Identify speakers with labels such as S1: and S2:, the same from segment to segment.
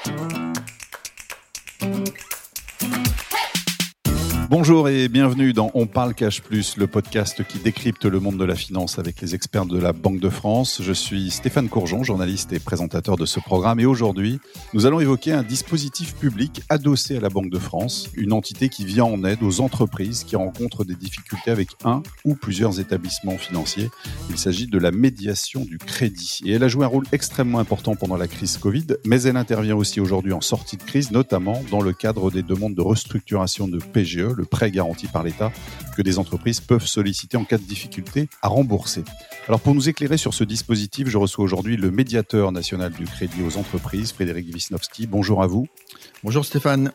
S1: Bonjour et bienvenue dans On parle Cash Plus, le podcast qui décrypte le monde de la finance avec les experts de la Banque de France. Je suis Stéphane Courgeon, journaliste et présentateur de ce programme. Et aujourd'hui, nous allons évoquer un dispositif public adossé à la Banque de France, une entité qui vient en aide aux entreprises qui rencontrent des difficultés avec un ou plusieurs établissements financiers. Il s'agit de la médiation du crédit. Et elle a joué un rôle extrêmement important pendant la crise Covid, mais elle intervient aussi aujourd'hui en sortie de crise, notamment dans le cadre des demandes de restructuration de PGE, le prêt garanti par l'État, que des entreprises peuvent solliciter en cas de difficulté à rembourser. Alors pour nous éclairer sur ce dispositif, je reçois aujourd'hui le médiateur national du crédit aux entreprises, Frédéric Wisnowski. Bonjour à vous.
S2: Bonjour Stéphane.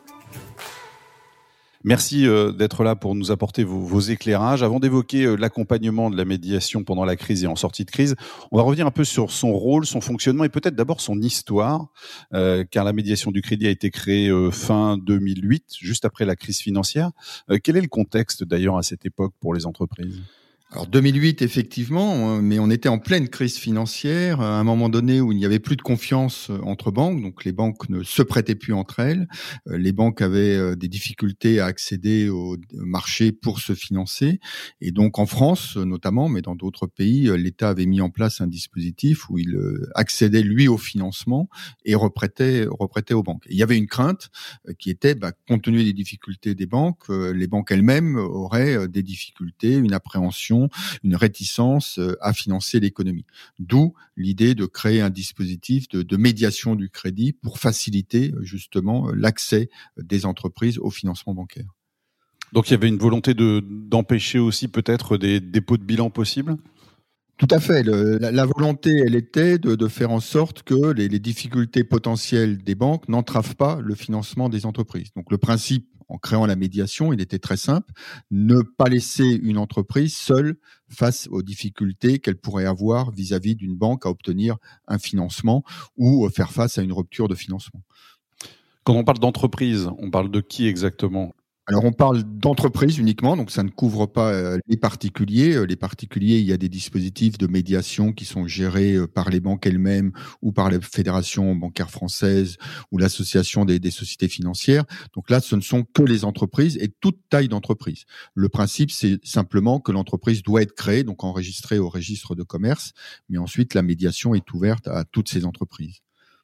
S1: Merci d'être là pour nous apporter vos éclairages. Avant d'évoquer l'accompagnement de la médiation pendant la crise et en sortie de crise, on va revenir un peu sur son rôle, son fonctionnement et peut-être d'abord son histoire, car la médiation du crédit a été créée fin 2008, juste après la crise financière. Quel est le contexte d'ailleurs à cette époque pour les entreprises ?
S2: Alors 2008 effectivement, mais on était en pleine crise financière, à un moment donné où il n'y avait plus de confiance entre banques, donc les banques ne se prêtaient plus entre elles, les banques avaient des difficultés à accéder au marché pour se financer, et donc en France notamment, mais dans d'autres pays, l'État avait mis en place un dispositif où il accédait lui au financement et reprêtait aux banques. Et il y avait une crainte qui était, compte tenu des difficultés des banques, les banques elles-mêmes auraient des difficultés, une appréhension, une réticence à financer l'économie. D'où l'idée de créer un dispositif de médiation du crédit pour faciliter justement l'accès des entreprises au financement bancaire.
S1: Donc il y avait une volonté d'empêcher aussi peut-être des dépôts de bilan possibles ?
S2: Tout à fait. La volonté, elle était de faire en sorte que les difficultés potentielles des banques n'entravent pas le financement des entreprises. Donc le principe, en créant la médiation, il était très simple, ne pas laisser une entreprise seule face aux difficultés qu'elle pourrait avoir vis-à-vis d'une banque à obtenir un financement ou faire face à une rupture de financement.
S1: Quand on parle d'entreprise, on parle de qui exactement ?
S2: Alors, on parle d'entreprises uniquement, donc ça ne couvre pas les particuliers. Les particuliers, il y a des dispositifs de médiation qui sont gérés par les banques elles-mêmes ou par la Fédération bancaire française ou l'Association des sociétés financières. Donc là, ce ne sont que les entreprises et toute taille d'entreprise. Le principe, c'est simplement que l'entreprise doit être créée, donc enregistrée au registre de commerce, mais ensuite, la médiation est ouverte à toutes ces entreprises.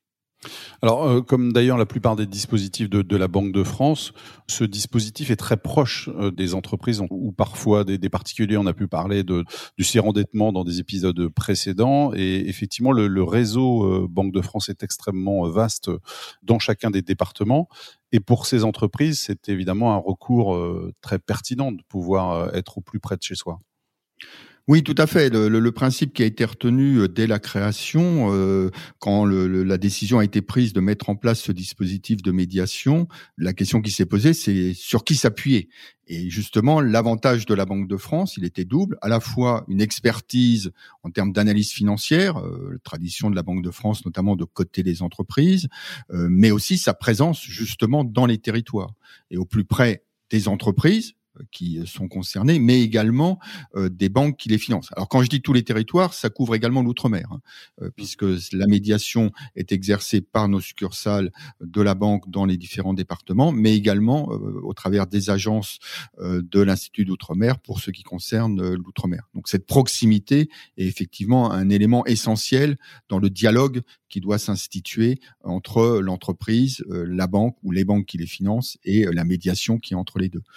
S1: Alors, comme d'ailleurs la plupart des dispositifs de la Banque de France, ce dispositif est très proche des entreprises ou parfois des particuliers. On a pu parler du surendettement dans des épisodes précédents. Et effectivement, le réseau Banque de France est extrêmement vaste dans chacun des départements. Et pour ces entreprises, c'est évidemment un recours très pertinent de pouvoir être au plus près de chez soi.
S2: Oui, tout à fait. Le principe qui a été retenu dès la création, quand la décision a été prise de mettre en place ce dispositif de médiation, la question qui s'est posée, c'est sur qui s'appuyer. Et justement, l'avantage de la Banque de France, il était double, à la fois une expertise en termes d'analyse financière, la tradition de la Banque de France notamment de coter les entreprises, mais aussi sa présence justement dans les territoires et au plus près des entreprises qui sont concernés, mais également des banques qui les financent. Alors quand je dis tous les territoires, ça couvre également l'outre-mer, puisque la médiation est exercée par nos succursales de la banque dans les différents départements, mais également au travers des agences de l'Institut d'outre-mer pour ce qui concerne l'outre-mer. Donc cette proximité est effectivement un élément essentiel dans le dialogue qui doit s'instituer entre l'entreprise, la banque ou les banques qui les financent et la médiation qui est entre les deux.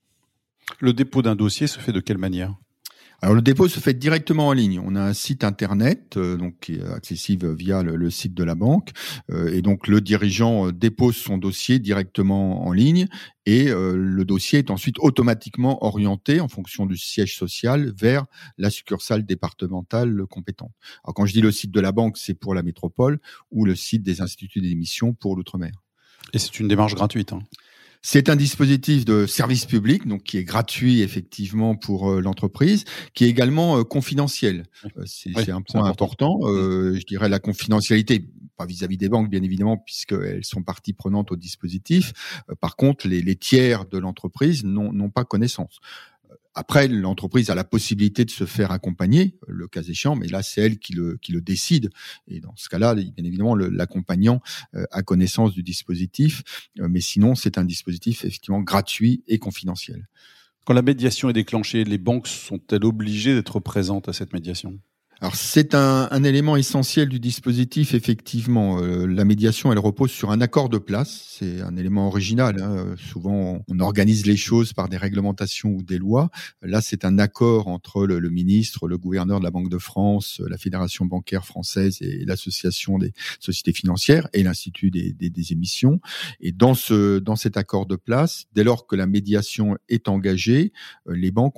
S1: Le dépôt d'un dossier se fait de quelle manière ?
S2: Alors le dépôt se fait directement en ligne. On a un site internet donc qui est accessible via le site de la banque et donc le dirigeant dépose son dossier directement en ligne et le dossier est ensuite automatiquement orienté en fonction du siège social vers la succursale départementale compétente. Alors quand je dis le site de la banque, c'est pour la métropole ou le site des instituts d'émission pour l'outre-mer.
S1: Et c'est une démarche gratuite,
S2: C'est un dispositif de service public, donc qui est gratuit effectivement pour l'entreprise, qui est également confidentiel. C'est un point important. Je dirais la confidentialité, pas vis-à-vis des banques bien évidemment, puisqu'elles sont partie prenante au dispositif. Par contre, les tiers de l'entreprise n'ont pas connaissance. Après, l'entreprise a la possibilité de se faire accompagner, le cas échéant, mais là, c'est elle qui le décide. Et dans ce cas-là, bien évidemment, l'accompagnant a connaissance du dispositif, mais sinon, c'est un dispositif effectivement gratuit et confidentiel.
S1: Quand la médiation est déclenchée, les banques sont-elles obligées d'être présentes à cette médiation ?
S2: Alors c'est un élément essentiel du dispositif, effectivement. La médiation, elle repose sur un accord de place. C'est un élément original. Souvent, on organise les choses par des réglementations ou des lois. Là, c'est un accord entre le ministre, le gouverneur de la Banque de France, la Fédération bancaire française et l'Association des sociétés financières et l'Institut des émissions. Et dans cet accord de place, dès lors que la médiation est engagée, les banques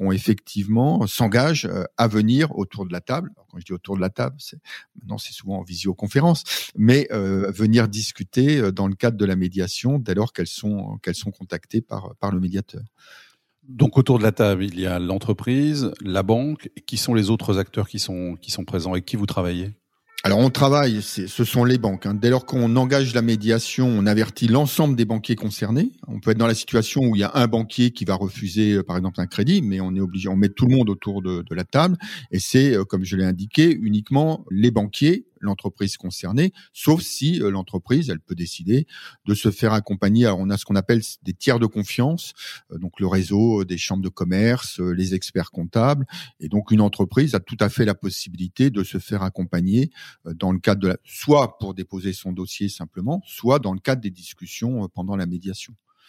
S2: s'engagent à venir autour de la table. Quand je dis autour de la table, maintenant c'est souvent en visioconférence, mais venir discuter dans le cadre de la médiation dès lors qu'elles sont contactées par le médiateur.
S1: Donc autour de la table, il y a l'entreprise, la banque. Qui sont les autres acteurs qui sont présents, avec qui vous travaillez ?
S2: Alors on travaille, ce sont les banques. Dès lors qu'on engage la médiation, on avertit l'ensemble des banquiers concernés. On peut être dans la situation où il y a un banquier qui va refuser, par exemple, un crédit, mais on est obligé, on met tout le monde autour de la table. Et c'est, comme je l'ai indiqué, uniquement les banquiers, l'entreprise concernée, sauf si l'entreprise, elle peut décider de se faire accompagner. Alors, on a ce qu'on appelle des tiers de confiance, donc le réseau des chambres de commerce, les experts comptables. Et donc, une entreprise a tout à fait la possibilité de se faire accompagner dans le cadre soit pour déposer son dossier simplement, soit dans le cadre des discussions pendant la médiation.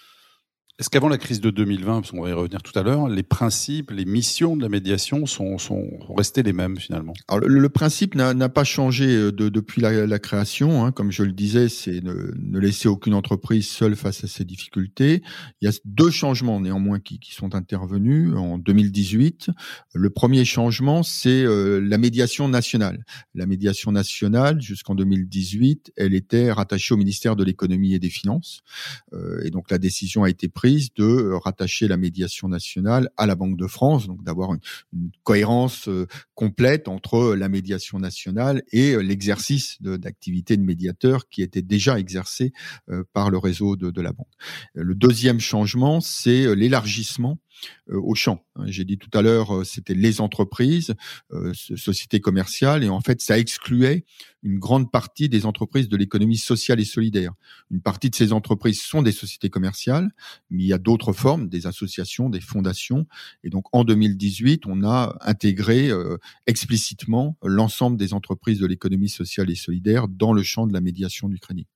S1: Est-ce qu'avant la crise de 2020, parce qu'on va y revenir tout à l'heure, les principes, les missions de la médiation sont restés les mêmes finalement ?
S2: Alors le principe n'a pas changé depuis la création. Comme je le disais, c'est ne laisser aucune entreprise seule face à ses difficultés. Il y a 2 changements néanmoins qui sont intervenus en 2018. Le premier changement, c'est la médiation nationale. La médiation nationale, jusqu'en 2018, elle était rattachée au ministère de l'économie et des finances. Et donc la décision a été prise de rattacher la médiation nationale à la Banque de France, donc d'avoir une cohérence complète entre la médiation nationale et l'exercice d'activité de médiateur qui était déjà exercé par le réseau de la banque. Le deuxième changement, c'est l'élargissement au champ. J'ai dit tout à l'heure, c'était les entreprises, sociétés commerciales, et en fait, ça excluait une grande partie des entreprises de l'économie sociale et solidaire. Une partie de ces entreprises sont des sociétés commerciales, mais il y a d'autres formes, des associations, des fondations. Et donc, en 2018, on a intégré explicitement l'ensemble des entreprises de l'économie sociale et solidaire dans le champ de la médiation du crédit.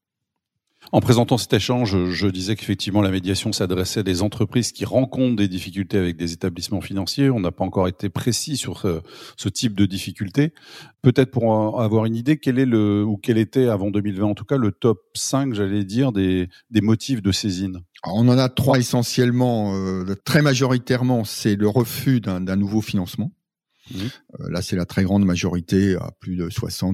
S1: En présentant cet échange, je disais qu'effectivement la médiation s'adressait à des entreprises qui rencontrent des difficultés avec des établissements financiers. On n'a pas encore été précis sur ce type de difficultés. Peut-être pour avoir une idée, quel était avant 2020 en tout cas le top 5, j'allais dire, des motifs de saisine ?
S2: Alors, on en a 3 essentiellement. Très majoritairement, c'est le refus d'un nouveau financement. Là, c'est la très grande majorité, à plus de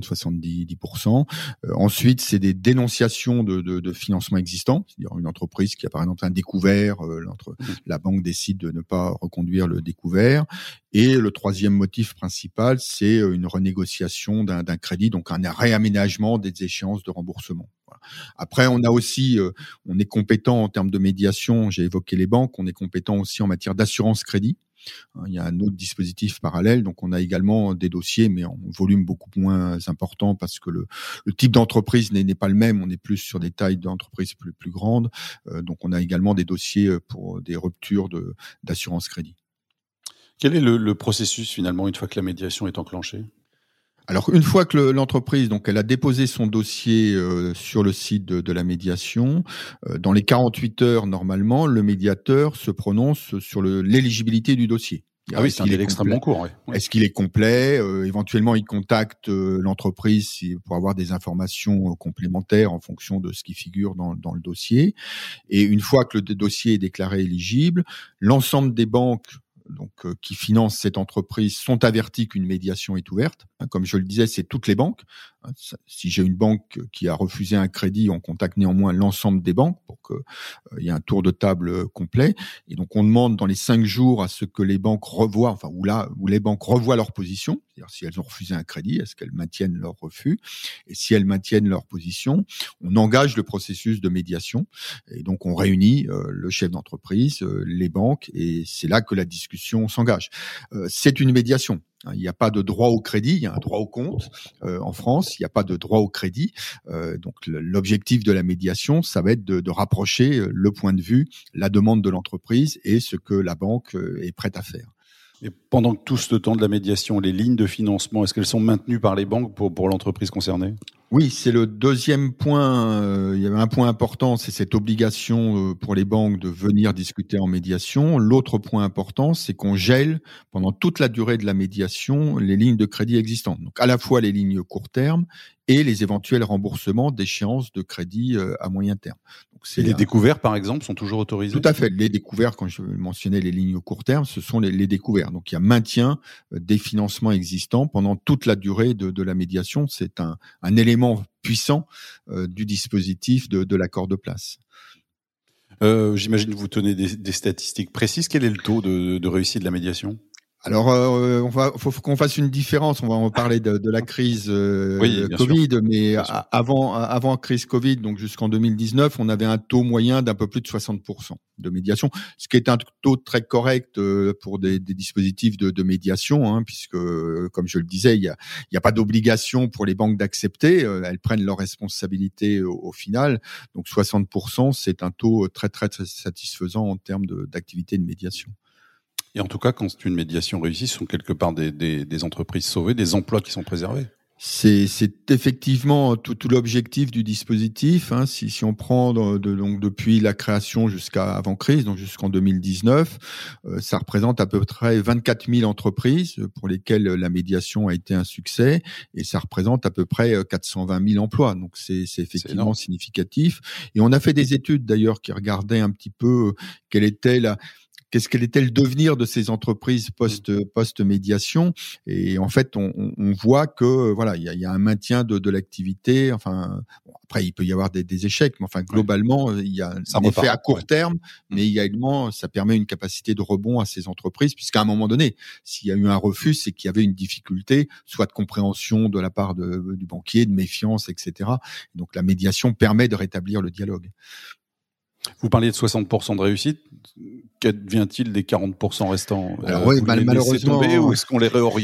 S2: 60-70%. Ensuite, c'est des dénonciations de financements existants. C'est-à-dire une entreprise qui a par exemple un découvert, la banque décide de ne pas reconduire le découvert. Et le troisième motif principal, c'est une renégociation d'un crédit, donc un réaménagement des échéances de remboursement. Voilà. Après, on a aussi, on est compétent en termes de médiation. J'ai évoqué les banques. On est compétent aussi en matière d'assurance crédit. Il y a un autre dispositif parallèle, donc on a également des dossiers, mais en volume beaucoup moins important parce que le type d'entreprise n'est pas le même. On est plus sur des tailles d'entreprises plus grandes, donc on a également des dossiers pour des ruptures d'assurance crédit.
S1: Quel est le processus finalement une fois que la médiation est enclenchée ?
S2: Alors, une fois que l'entreprise, donc, elle a déposé son dossier sur le site de la médiation, dans les 48 heures, normalement, le médiateur se prononce sur l'éligibilité du dossier.
S1: Ah oui, c'est un délai extrêmement court. Oui.
S2: Est-ce qu'il est complet ? Éventuellement, il contacte l'entreprise pour avoir des informations complémentaires en fonction de ce qui figure dans le dossier. Et une fois que le dossier est déclaré éligible, l'ensemble des banques qui financent cette entreprise sont avertis qu'une médiation est ouverte. Comme je le disais, c'est toutes les banques. Si j'ai une banque qui a refusé un crédit, on contacte néanmoins l'ensemble des banques pour que il y ait un tour de table complet. Et donc on demande dans les 5 jours à ce que les banques revoient, où les banques revoient leur position, c'est-à-dire si elles ont refusé un crédit, est-ce qu'elles maintiennent leur refus, et si elles maintiennent leur position, on engage le processus de médiation. Et donc on réunit le chef d'entreprise, les banques, et c'est là que la discussion s'engage. C'est une médiation. Il n'y a pas de droit au crédit, il y a un droit au compte. En France, il n'y a pas de droit au crédit. Donc l'objectif de la médiation, ça va être de rapprocher le point de vue, la demande de l'entreprise et ce que la banque est prête à faire.
S1: Et pendant tout ce temps de la médiation, les lignes de financement, est-ce qu'elles sont maintenues par les banques pour l'entreprise concernée ?
S2: Oui, c'est le deuxième point. Il y avait un point important, c'est cette obligation pour les banques de venir discuter en médiation. L'autre point important, c'est qu'on gèle pendant toute la durée de la médiation les lignes de crédit existantes. Donc à la fois les lignes court terme et les éventuels remboursements d'échéances de crédit à moyen terme. Donc
S1: et les découverts, par exemple, sont toujours autorisés ?
S2: Tout à fait. Les découverts, quand je mentionnais les lignes court terme, ce sont les découverts. Donc il y a maintien des financements existants pendant toute la durée de la médiation. C'est un élément puissant du dispositif de l'accord de place.
S1: J'imagine que vous tenez des statistiques précises. Quel est le taux de réussite de la médiation ?
S2: Alors, faut qu'on fasse une différence. On va en parler de la crise Covid,
S1: sûr.
S2: Mais avant crise Covid, donc jusqu'en 2019, on avait un taux moyen d'un peu plus de 60% de médiation, ce qui est un taux très correct pour des dispositifs de médiation, puisque, comme je le disais, il y a pas d'obligation pour les banques d'accepter. Elles prennent leurs responsabilités au final. Donc 60%, c'est un taux très très très satisfaisant en termes d'activité de médiation.
S1: Et en tout cas, quand c'est une médiation réussie, ce sont quelque part des entreprises sauvées, des emplois qui sont préservés.
S2: C'est effectivement tout l'objectif du dispositif. Si on prend donc depuis la création jusqu'à avant crise, donc jusqu'en 2019, ça représente à peu près 24 000 entreprises pour lesquelles la médiation a été un succès, et ça représente à peu près 420 000 emplois. Donc c'est effectivement significatif. Et on a fait des études d'ailleurs qui regardaient un petit peu quel était le devenir de ces entreprises post-médiation. Et en fait, on voit que voilà, il y a un maintien de l'activité. Enfin, après, il peut y avoir des échecs, mais enfin, globalement, il y a un effet à court terme, mais également, ça permet une capacité de rebond à ces entreprises, puisqu'à un moment donné, s'il y a eu un refus, c'est qu'il y avait une difficulté, soit de compréhension de la part du banquier, de méfiance, etc. Donc, la médiation permet de rétablir le dialogue.
S1: Vous parliez de 60% de réussite. Qu'advient-il des 40% restants ?
S2: Alors oui, malheureusement,
S1: tomber, ou est-ce qu'on les réoriente ?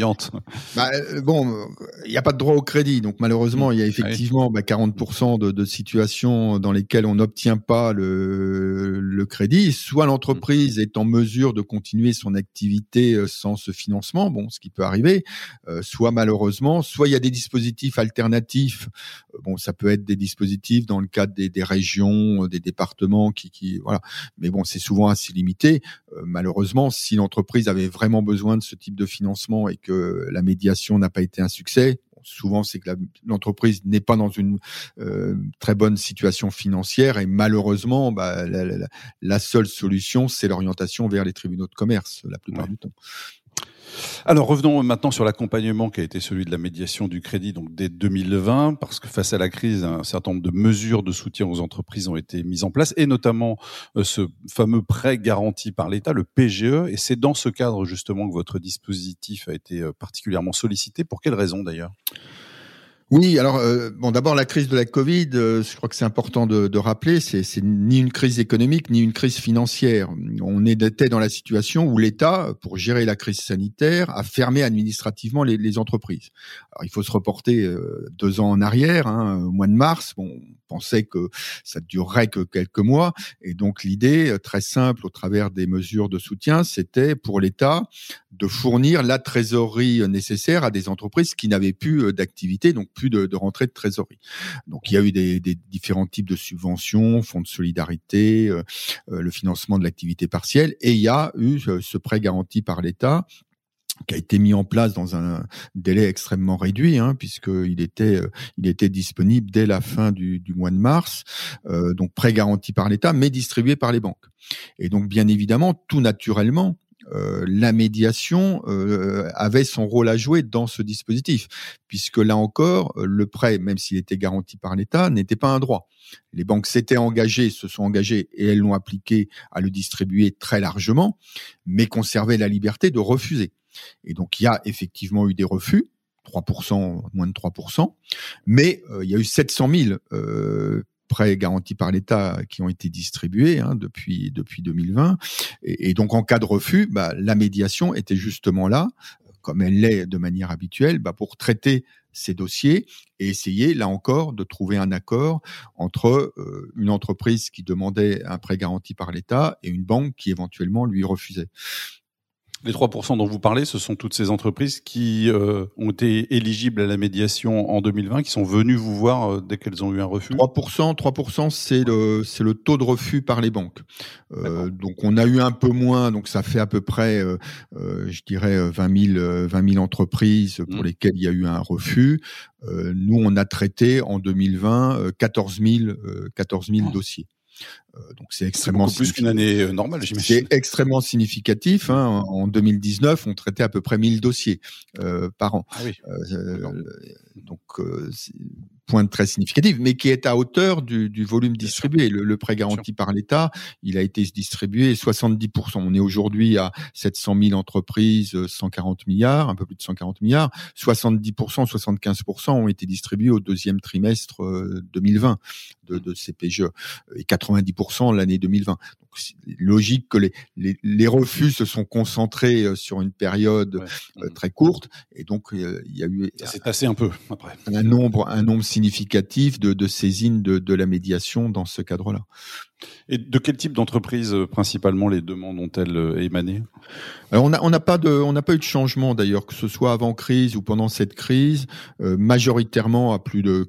S2: Il n'y a pas de droit au crédit, donc malheureusement, il y a effectivement 40% de situations dans lesquelles on n'obtient pas le crédit. Soit l'entreprise est en mesure de continuer son activité sans ce financement, ce qui peut arriver. Soit malheureusement, soit il y a des dispositifs alternatifs. Ça peut être des dispositifs dans le cadre des régions, des départements qui voilà. Mais c'est souvent assez limité. Malheureusement, si l'entreprise avait vraiment besoin de ce type de financement et que la médiation n'a pas été un succès, souvent c'est que l'entreprise n'est pas dans une très bonne situation financière, et malheureusement, la seule solution, c'est l'orientation vers les tribunaux de commerce la plupart du temps.
S1: Alors revenons maintenant sur l'accompagnement qui a été celui de la médiation du crédit donc dès 2020, parce que face à la crise, un certain nombre de mesures de soutien aux entreprises ont été mises en place, et notamment ce fameux prêt garanti par l'État, le PGE, et c'est dans ce cadre justement que votre dispositif a été particulièrement sollicité. Pour quelles raisons d'ailleurs ?
S2: Oui, alors d'abord la crise de la Covid, je crois que c'est important de rappeler, c'est ni une crise économique ni une crise financière. On était dans la situation où l'État, pour gérer la crise sanitaire, a fermé administrativement les entreprises. Alors il faut se reporter 2 ans en arrière, au mois de mars. On pensait que ça durerait que quelques mois, et donc l'idée très simple au travers des mesures de soutien, c'était pour l'État de fournir la trésorerie nécessaire à des entreprises qui n'avaient plus d'activité, donc plus de rentrée de trésorerie. Donc il y a eu des différents types de subventions, fonds de solidarité, le financement de l'activité partielle, et il y a eu ce prêt garanti par l'État qui a été mis en place dans un délai extrêmement réduit, puisqu'il était disponible dès la fin du mois de mars, donc prêt garanti par l'État, mais distribué par les banques. Et donc bien évidemment, tout naturellement, la médiation avait son rôle à jouer dans ce dispositif, puisque là encore, le prêt, même s'il était garanti par l'État, n'était pas un droit. Les banques se sont engagées et elles l'ont appliqué à le distribuer très largement, mais conservaient la liberté de refuser. Et donc, il y a effectivement eu des refus, 3%, moins de 3%, mais il y a eu 700 000 prêts garantis par l'État qui ont été distribués depuis 2020. Et donc, en cas de refus, la médiation était justement là, comme elle l'est de manière habituelle, pour traiter ces dossiers et essayer, là encore, de trouver un accord entre une entreprise qui demandait un prêt garanti par l'État et une banque qui éventuellement lui refusait.
S1: Les 3% dont vous parlez, ce sont toutes ces entreprises qui ont été éligibles à la médiation en 2020, qui sont venues vous voir dès qu'elles ont eu un refus.
S2: 3%, c'est le taux de refus par les banques. Donc on a eu un peu moins, donc ça fait à peu près, je dirais 20 000 entreprises pour lesquelles il y a eu un refus. Nous, on a traité en 2020 14 000 dossiers. Donc c'est extrêmement
S1: plus qu'une année normale, j'imagine.
S2: C'est extrêmement significatif. En 2019, on traitait à peu près 1000 dossiers par an.
S1: Ah oui.
S2: Donc point très significatif, mais qui est à hauteur du volume distribué. Le prêt garanti par l'État, il a été distribué 70%. On est aujourd'hui à 700 000 entreprises, 140 milliards, un peu plus de 140 milliards. 70%, 75% ont été distribués au deuxième trimestre 2020 de ces PGE et 90% l'année 2020. Donc, c'est logique que les refus se sont concentrés sur une période très courte, et donc il y a eu
S1: ça s'est tassé un peu après.
S2: Un nombre significatif de saisines de la médiation dans ce cadre-là.
S1: Et de quel type d'entreprise principalement les demandes ont-elles émané ?
S2: Alors on n'a pas eu de changement d'ailleurs, que ce soit avant crise ou pendant cette crise. Majoritairement, à plus de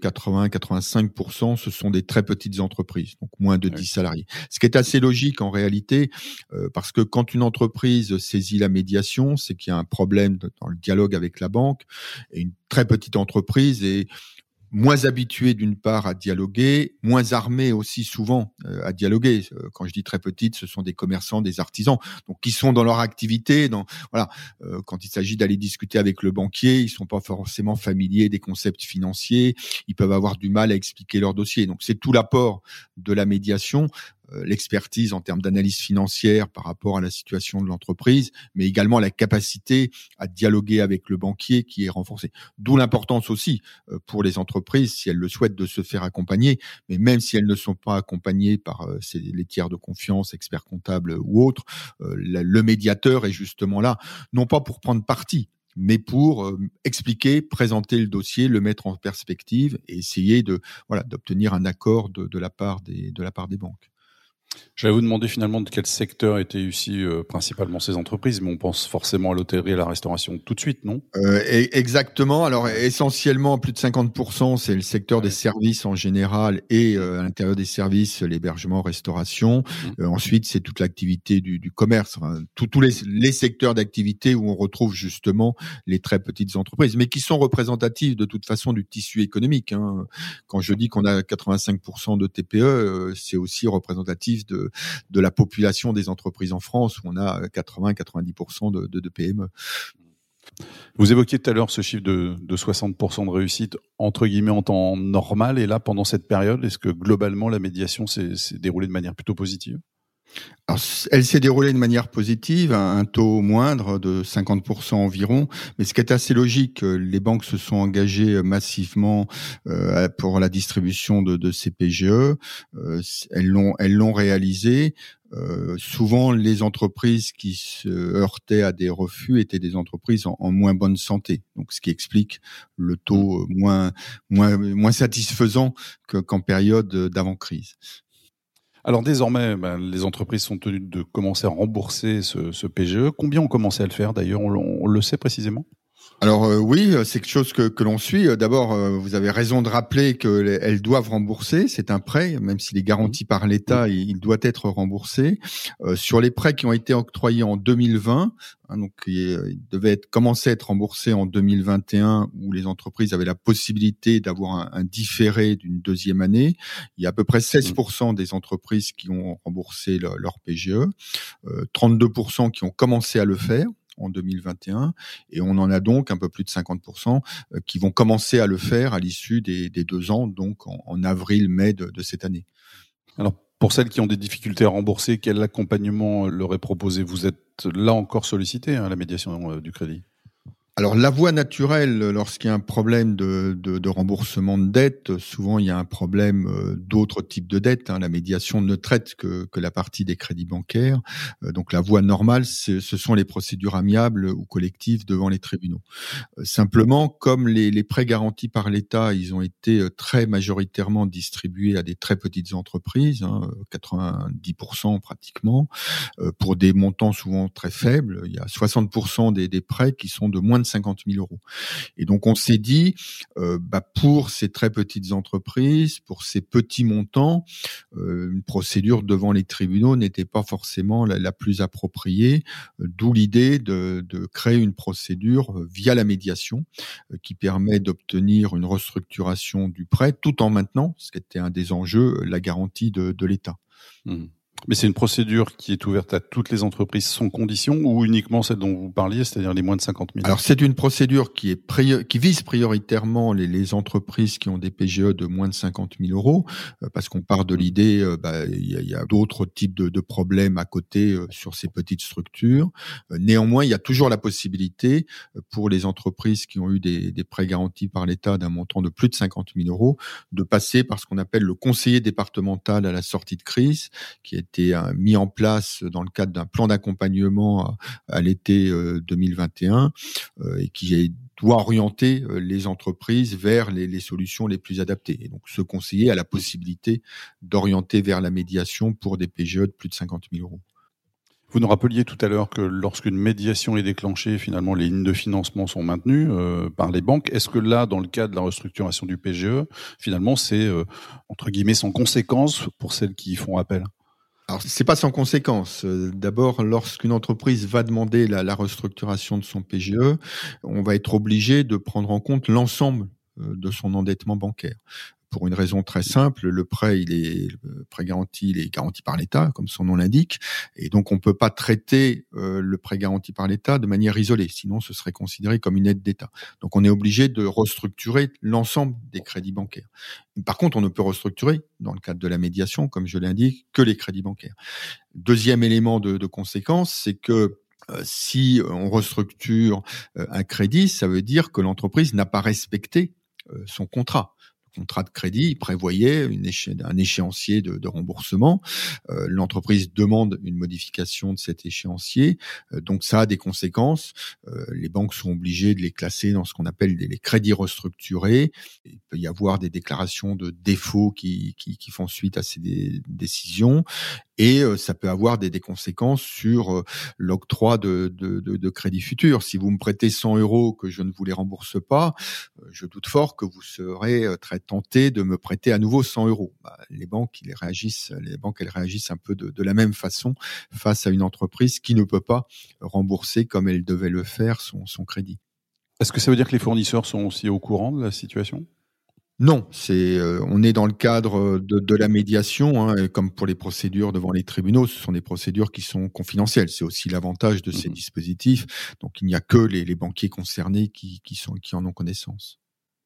S2: 80-85%, ce sont des très petites entreprises, donc moins de 10 salariés. Ce qui est assez logique en réalité, parce que quand une entreprise saisit la médiation, c'est qu'il y a un problème dans le dialogue avec la banque, et une très petite entreprise est moins habitués d'une part à dialoguer, moins armés aussi souvent à dialoguer. Quand je dis très petites, ce sont des commerçants, des artisans, donc qui sont dans leur activité. Quand il s'agit d'aller discuter avec le banquier, ils sont pas forcément familiers des concepts financiers. Ils peuvent avoir du mal à expliquer leur dossier. Donc c'est tout l'apport de la médiation. L'expertise en termes d'analyse financière par rapport à la situation de l'entreprise, mais également la capacité à dialoguer avec le banquier qui est renforcée. D'où l'importance aussi pour les entreprises, si elles le souhaitent, de se faire accompagner, mais même si elles ne sont pas accompagnées par les tiers de confiance, experts comptables ou autres, le médiateur est justement là, non pas pour prendre parti, mais pour expliquer, présenter le dossier, le mettre en perspective et essayer d'obtenir un accord de la part des banques.
S1: J'allais vous demander finalement de quel secteur étaient issues principalement ces entreprises, mais on pense forcément à l'hôtellerie et à la restauration tout de suite, non ?
S2: Exactement. Alors essentiellement, plus de 50%, c'est le secteur des services en général et à l'intérieur des services, l'hébergement, restauration. Ensuite, c'est toute l'activité du commerce, tous les secteurs d'activité où on retrouve justement les très petites entreprises, mais qui sont représentatives de toute façon du tissu économique. Quand je dis qu'on a 85% de TPE, c'est aussi représentatif de la population des entreprises en France, où on a 80-90% de PME.
S1: Vous évoquiez tout à l'heure ce chiffre de 60% de réussite, entre guillemets, en temps normal. Et là, pendant cette période, est-ce que globalement, la médiation s'est déroulée de manière plutôt positive ?
S2: Alors, elle s'est déroulée de manière positive, un taux moindre de 50% environ, mais ce qui est assez logique, les banques se sont engagées massivement pour la distribution de ces PGE, elles l'ont réalisé. Souvent, les entreprises qui se heurtaient à des refus étaient des entreprises en moins bonne santé, donc ce qui explique le taux moins satisfaisant qu'en période d'avant-crise.
S1: Alors désormais, les entreprises sont tenues de commencer à rembourser ce PGE. Combien ont commencé à le faire d'ailleurs ? On le sait précisément ?
S2: Alors oui, c'est quelque chose que l'on suit. D'abord, vous avez raison de rappeler qu'elles doivent rembourser. C'est un prêt, même s'il est garanti par l'État, il doit être remboursé. Sur les prêts qui ont été octroyés en 2020, donc ils devaient commencer à être remboursés en 2021, où les entreprises avaient la possibilité d'avoir un différé d'une deuxième année. Il y a à peu près 16% des entreprises qui ont remboursé leur PGE, 32% qui ont commencé à le faire en 2021, et on en a donc un peu plus de 50% qui vont commencer à le faire à l'issue des 2 ans, donc en avril-mai de cette année.
S1: Alors, pour celles qui ont des difficultés à rembourser, quel accompagnement leur est proposé? Vous êtes là encore sollicité à la médiation du crédit?
S2: Alors, la voie naturelle, lorsqu'il y a un problème de remboursement de dette, souvent il y a un problème d'autres types de dettes. La médiation ne traite que la partie des crédits bancaires. Donc, la voie normale, ce sont les procédures amiables ou collectives devant les tribunaux. Simplement, comme les prêts garantis par l'État, ils ont été très majoritairement distribués à des très petites entreprises, 90% pratiquement, pour des montants souvent très faibles. Il y a 60% des prêts qui sont de moins de 50 000 euros. Et donc, on s'est dit, pour ces très petites entreprises, pour ces petits montants, une procédure devant les tribunaux n'était pas forcément la plus appropriée, d'où l'idée de créer une procédure via la médiation qui permet d'obtenir une restructuration du prêt tout en maintenant, ce qui était un des enjeux, la garantie de l'État.
S1: Mais c'est une procédure qui est ouverte à toutes les entreprises sans condition ou uniquement celles dont vous parliez, c'est-à-dire les moins de 50 000? Alors,
S2: c'est une procédure qui vise prioritairement les entreprises qui ont des PGE de moins de 50 000 euros, parce qu'on part de l'idée, il y a d'autres types de problèmes à côté sur ces petites structures. Néanmoins, il y a toujours la possibilité pour les entreprises qui ont eu des prêts garantis par l'État d'un montant de plus de 50 000 euros de passer par ce qu'on appelle le conseiller départemental à la sortie de crise, qui a été mis en place dans le cadre d'un plan d'accompagnement à l'été 2021 et qui doit orienter les entreprises vers les solutions les plus adaptées. Et donc, ce conseiller a la possibilité d'orienter vers la médiation pour des PGE de plus de 50 000 euros.
S1: Vous nous rappeliez tout à l'heure que lorsqu'une médiation est déclenchée, finalement, les lignes de financement sont maintenues par les banques. Est-ce que là, dans le cas de la restructuration du PGE, finalement, c'est, entre guillemets, sans conséquence pour celles qui font appel?
S2: Alors, c'est pas sans conséquence. D'abord, lorsqu'une entreprise va demander la restructuration de son PGE, on va être obligé de prendre en compte l'ensemble de son endettement bancaire. Pour une raison très simple, le prêt garanti, il est garanti par l'État, comme son nom l'indique, et donc on peut pas traiter le prêt garanti par l'État de manière isolée, sinon ce serait considéré comme une aide d'État. Donc on est obligé de restructurer l'ensemble des crédits bancaires. Par contre, on ne peut restructurer, dans le cadre de la médiation, comme je l'indique, que les crédits bancaires. Deuxième élément de conséquence, c'est que si on restructure un crédit, ça veut dire que l'entreprise n'a pas respecté son contrat. Contrat de crédit, il prévoyait un échéancier de remboursement. L'entreprise demande une modification de cet échéancier, donc ça a des conséquences. Les banques sont obligées de les classer dans ce qu'on appelle les crédits restructurés. Il peut y avoir des déclarations de défaut qui font suite à ces décisions. Et ça peut avoir des conséquences sur l'octroi de crédits futurs. Si vous me prêtez 100 euros que je ne vous les rembourse pas, je doute fort que vous serez très tenté de me prêter à nouveau 100 euros. Les banques, elles réagissent un peu de la même façon face à une entreprise qui ne peut pas rembourser comme elle devait le faire son crédit.
S1: Est-ce que ça veut dire que les fournisseurs sont aussi au courant de la situation ?
S2: Non, on est dans le cadre de la médiation, et comme pour les procédures devant les tribunaux, ce sont des procédures qui sont confidentielles. C'est aussi l'avantage de ces dispositifs. Donc, il n'y a que les banquiers concernés qui en ont connaissance.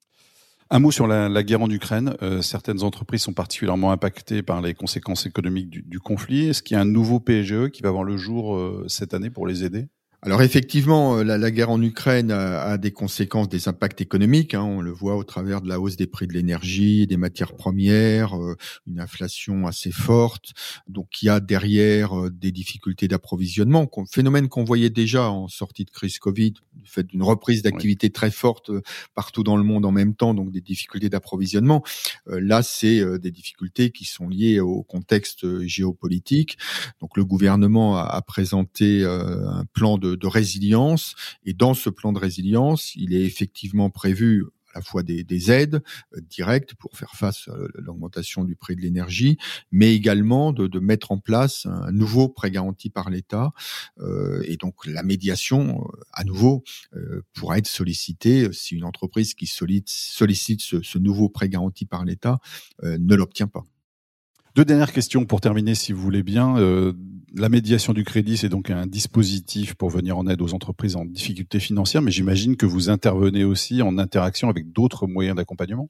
S1: Un mot sur la guerre en Ukraine. Certaines entreprises sont particulièrement impactées par les conséquences économiques du conflit. Est-ce qu'il y a un nouveau PGE qui va voir le jour cette année pour les aider ?
S2: Alors effectivement, la guerre en Ukraine a des conséquences, des impacts économiques. On le voit au travers de la hausse des prix de l'énergie, des matières premières, une inflation assez forte. Donc il y a derrière des difficultés d'approvisionnement, phénomène qu'on voyait déjà en sortie de crise Covid, du fait d'une reprise d'activité très forte partout dans le monde en même temps, donc des difficultés d'approvisionnement. Là, c'est des difficultés qui sont liées au contexte géopolitique. Donc le gouvernement a présenté un plan de de résilience. Et dans ce plan de résilience, il est effectivement prévu à la fois des aides directes pour faire face à l'augmentation du prix de l'énergie, mais également de mettre en place un nouveau prêt garanti par l'État. Et donc la médiation, à nouveau, pourra être sollicitée si une entreprise qui sollicite ce nouveau prêt garanti par l'État ne l'obtient pas.
S1: 2 dernières questions pour terminer, si vous voulez bien. La médiation du crédit, c'est donc un dispositif pour venir en aide aux entreprises en difficulté financière, mais j'imagine que vous intervenez aussi en interaction avec d'autres moyens d'accompagnement.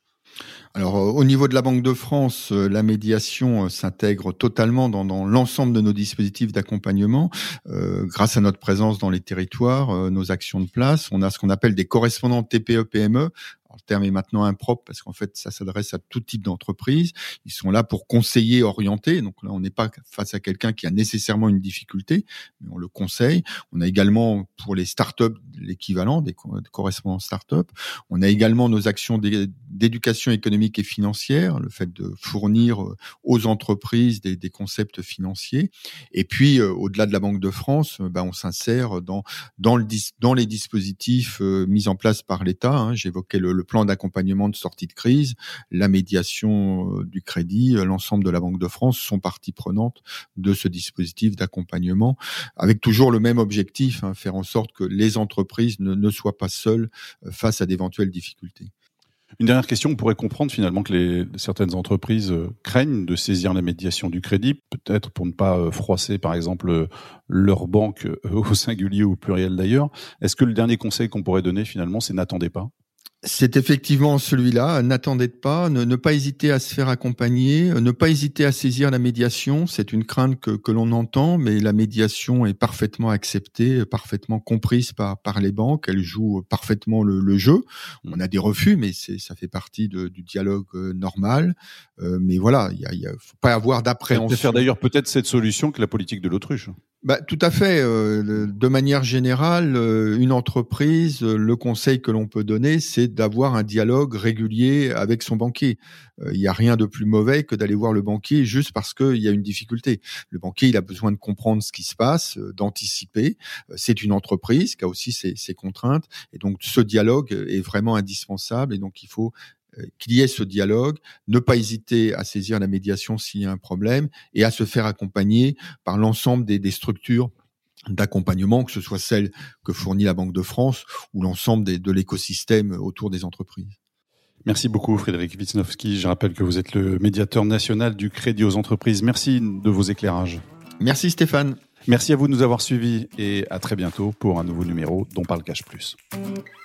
S2: Alors, au niveau de la Banque de France, la médiation s'intègre totalement dans l'ensemble de nos dispositifs d'accompagnement. Grâce à notre présence dans les territoires, nos actions de place, on a ce qu'on appelle des correspondants TPE-PME. Alors, le terme est maintenant impropre parce qu'en fait, ça s'adresse à tout type d'entreprise. Ils sont là pour conseiller, orienter. Donc là, on n'est pas face à quelqu'un qui a nécessairement une difficulté, mais on le conseille. On a également pour les startups l'équivalent des correspondants startups. On a également nos actions d'éducation économique et financière, le fait de fournir aux entreprises des concepts financiers. Et puis, au-delà de la Banque de France, on s'insère dans les dispositifs mis en place par l'État. J'évoquais le plan d'accompagnement de sortie de crise, la médiation du crédit, l'ensemble de la Banque de France sont partie prenante de ce dispositif d'accompagnement, avec toujours le même objectif, faire en sorte que les entreprises ne soient pas seules face à d'éventuelles difficultés.
S1: Une dernière question, on pourrait comprendre finalement que certaines entreprises craignent de saisir la médiation du crédit, peut-être pour ne pas froisser par exemple leur banque au singulier ou au pluriel d'ailleurs. Est-ce que le dernier conseil qu'on pourrait donner finalement, c'est n'attendez pas ?
S2: C'est effectivement celui-là. N'attendez pas, ne pas hésiter à se faire accompagner, ne pas hésiter à saisir la médiation. C'est une crainte que l'on entend, mais la médiation est parfaitement acceptée, parfaitement comprise par les banques. Elle joue parfaitement le jeu. On a des refus, mais ça fait partie du dialogue normal. Mais voilà, il faut pas avoir d'appréhension.
S1: Je préfère d'ailleurs peut-être cette solution que la politique de l'autruche.
S2: Tout à fait. De manière générale, une entreprise, le conseil que l'on peut donner, c'est d'avoir un dialogue régulier avec son banquier. Il n'y a rien de plus mauvais que d'aller voir le banquier juste parce qu'il y a une difficulté. Le banquier, il a besoin de comprendre ce qui se passe, d'anticiper. C'est une entreprise qui a aussi ses contraintes. Et donc, ce dialogue est vraiment indispensable. Et donc, il faut qu'il y ait ce dialogue, ne pas hésiter à saisir la médiation s'il y a un problème et à se faire accompagner par l'ensemble des structures d'accompagnement, que ce soit celle que fournit la Banque de France ou l'ensemble de l'écosystème autour des entreprises.
S1: Merci beaucoup Frédéric Wisnowski. Je rappelle que vous êtes le médiateur national du crédit aux entreprises. Merci de vos éclairages.
S2: Merci Stéphane.
S1: Merci à vous de nous avoir suivis et à très bientôt pour un nouveau numéro d'On Parle Cash Plus.